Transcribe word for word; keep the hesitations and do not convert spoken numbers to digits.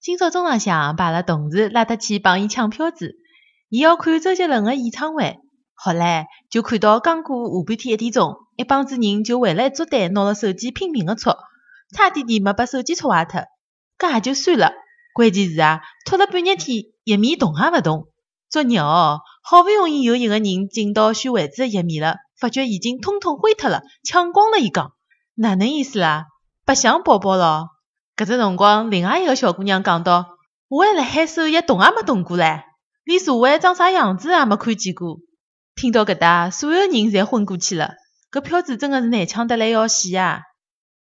今朝中浪向派了同事拉得去帮伊抢票子，伊要看周杰伦个演唱会。好唻，就看到刚过下半天一点钟，一帮子人就围了一桌队，拿了手机拼命个戳，差点点没把手机戳坏脱。搿也就算了，关键是啊，戳了半日天，一面动也勿动。作孽哦！好不容易有一个人进到选位置个页面了，发觉已经统统灰脱了，抢光了。伊讲哪能意思啦？白相宝宝咯！搿只辰光，另外一个小姑娘讲到，我还辣海首页动也没动过唻，连座位长啥样子也没看见过。听到搿搭，所有人侪昏过去了。搿票子真的是难抢得来要死啊！